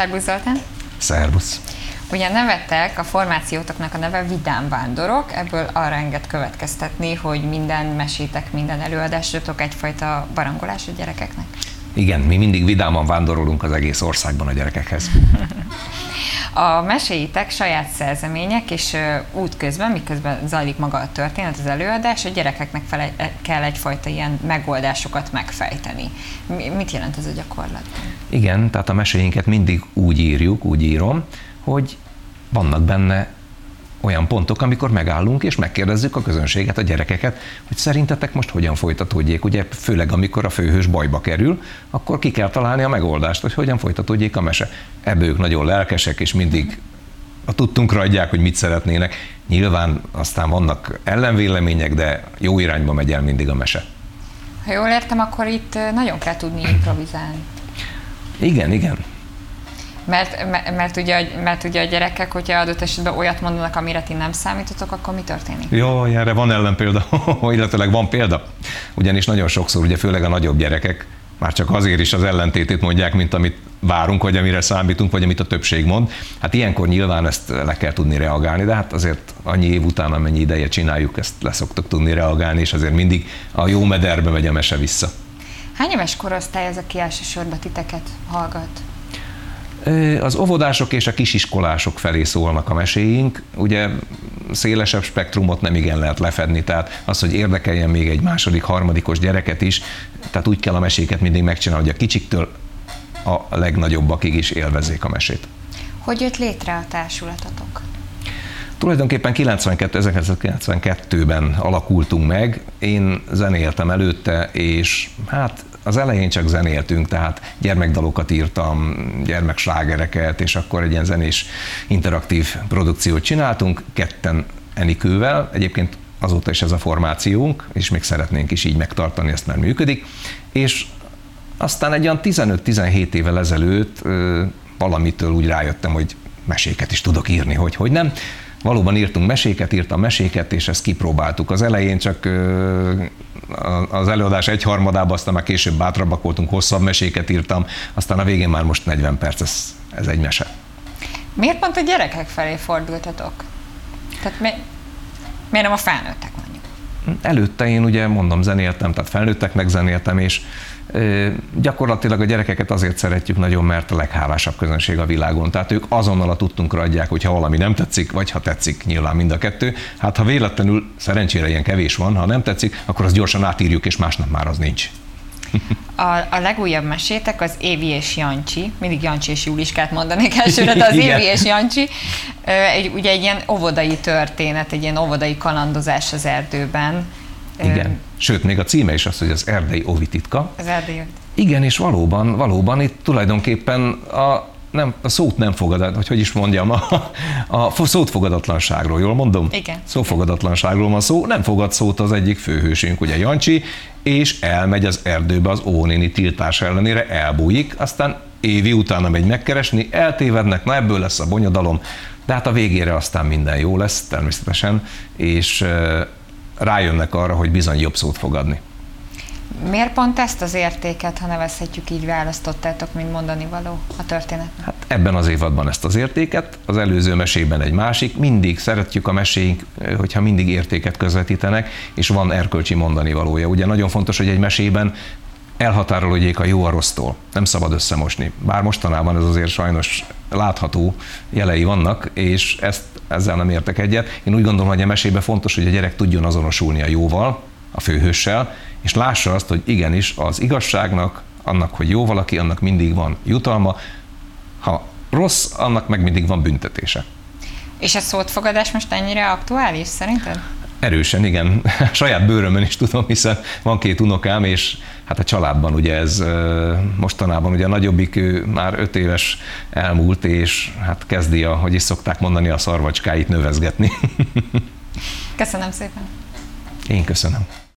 Szerbusz Zoltán! Szerbusz! Ugye nevetek, a formációtoknak a neve Vidám Vándorok, ebből arra enged következtetni, hogy minden mesétek, minden előadásotok egyfajta barangolás a gyerekeknek? Igen, mi mindig vidáman vándorolunk az egész országban a gyerekekhez. A meséitek saját szerzemények, és útközben, miközben zajlik maga a történet, az előadás, a gyerekeknek kell egyfajta ilyen megoldásokat megfejteni. Mit jelent ez a gyakorlatban? Igen, tehát a meséinket mindig úgy írjuk, úgy írom, hogy vannak benne olyan pontok, amikor megállunk és megkérdezzük a közönséget, a gyerekeket, hogy szerintetek most hogyan folytatódjék. Ugye főleg amikor a főhős bajba kerül, akkor ki kell találni a megoldást, hogy hogyan folytatódjék a mese. Ebből ők nagyon lelkesek, és mindig a tudtunkra adják, hogy mit szeretnének. Nyilván aztán vannak ellenvélemények, de jó irányba megy el mindig a mese. Ha jól értem, akkor itt nagyon kell tudni improvizálni. Igen. Mert ugye a gyerekek, hogyha adott esetben olyat mondanak, amire ti nem számítotok, akkor mi történik? Jó, erre van ellenpélda, illetőleg van példa. Ugyanis nagyon sokszor, ugye főleg a nagyobb gyerekek, már csak azért is az ellentétét mondják, mint amit várunk, vagy amire számítunk, vagy amit a többség mond. Hát ilyenkor nyilván ezt le kell tudni reagálni, de hát azért annyi év után, amennyi ideje csináljuk, ezt leszoktuk tudni reagálni, és azért mindig a jó mederbe megy a mese vissza. Hány éves korosztály az, aki elsősorban titeket hallgat? Az óvodások és a kisiskolások felé szólnak a meséink. Ugye szélesebb spektrumot nem igen lehet lefedni, tehát az, hogy érdekeljen még egy második, harmadikos gyereket is, tehát úgy kell a meséket mindig megcsinálni, hogy a kicsiktől a legnagyobbakig is élvezzék a mesét. Hogy jött létre a társulatotok? Tulajdonképpen 1992-ben alakultunk meg, én zenéltem előtte, és hát az elején csak zenéltünk, tehát gyermekdalokat írtam, gyermekslágereket, és akkor egy ilyen zenés interaktív produkciót csináltunk, ketten Enikővel, egyébként azóta is ez a formációnk, és még szeretnénk is így megtartani, ezt már működik, és aztán egy olyan 15-17 évvel ezelőtt valamitől úgy rájöttem, hogy meséket is tudok írni, hogy nem. Valóban írtam meséket, és ezt kipróbáltuk. Az elején csak az előadás egyharmadában, aztán már később bátrabbak voltunk, hosszabb meséket írtam, aztán a végén már most 40 perc, ez egy mese. Miért pont a gyerekek felé fordultatok? Tehát miért nem a felnőttek mondjuk? Előtte én ugye mondom zenéltem, tehát felnőtteknek zenéltem, és gyakorlatilag a gyerekeket azért szeretjük nagyon, mert a leghálásabb közönség a világon. Tehát ők azonnal a tudtunkra adják, hogyha valami nem tetszik, vagy ha tetszik, nyilván mind a kettő. Hát ha véletlenül, szerencsére ilyen kevés van, ha nem tetszik, akkor azt gyorsan átírjuk, és másnap már az nincs. A legújabb mesétek az Évi és Jancsi, mindig Jancsi és Juliskát mondanék elsőre, de az Évi és Jancsi, ugye egy ilyen óvodai történet, egy ilyen óvodai kalandozás az erdőben. Igen, sőt, még a címe is az, hogy az erdei óvititka. Az erdei óvititka. Igen, és valóban itt tulajdonképpen a szót nem fogad, hogy is mondjam, a szótfogadatlanságról, jól mondom? Igen. Szófogadatlanságról van szó, nem fogad szót az egyik főhősünk, ugye Jancsi, és elmegy az erdőbe az ónéni tiltás ellenére, elbújik, aztán Évi utána megy megkeresni, eltévednek, na ebből lesz a bonyodalom, de hát a végére aztán minden jó lesz, természetesen, és rájönnek arra, hogy bizony jobb szót fogadni. Miért pont ezt az értéket, ha nevezhetjük így, választottátok, mint mondani való a történetnek? Hát ebben az évadban ezt az értéket, az előző mesében egy másik. Mindig szeretjük a meséink, hogyha mindig értéket közvetítenek, és van erkölcsi mondani valója. Ugye nagyon fontos, hogy egy mesében elhatárolódjék a jó a rossztól. Nem szabad összemosni. Bár mostanában ez azért sajnos látható jelei vannak, és ezzel nem értek egyet. Én úgy gondolom, hogy a mesében fontos, hogy a gyerek tudjon azonosulni a jóval, a főhőssel, és lássa azt, hogy igenis az igazságnak, annak, hogy jó valaki, annak mindig van jutalma, ha rossz, annak meg mindig van büntetése. És a szótfogadás most ennyire aktuális szerinted? Erősen, igen. Saját bőrömön is tudom, hiszen van 2 unokám, és hát a családban ugye ez mostanában ugye a nagyobbik, ő már 5 éves elmúlt, és hát kezdi hogy is szokták mondani, a szarvacskáit növezgetni. Köszönöm szépen. Én köszönöm.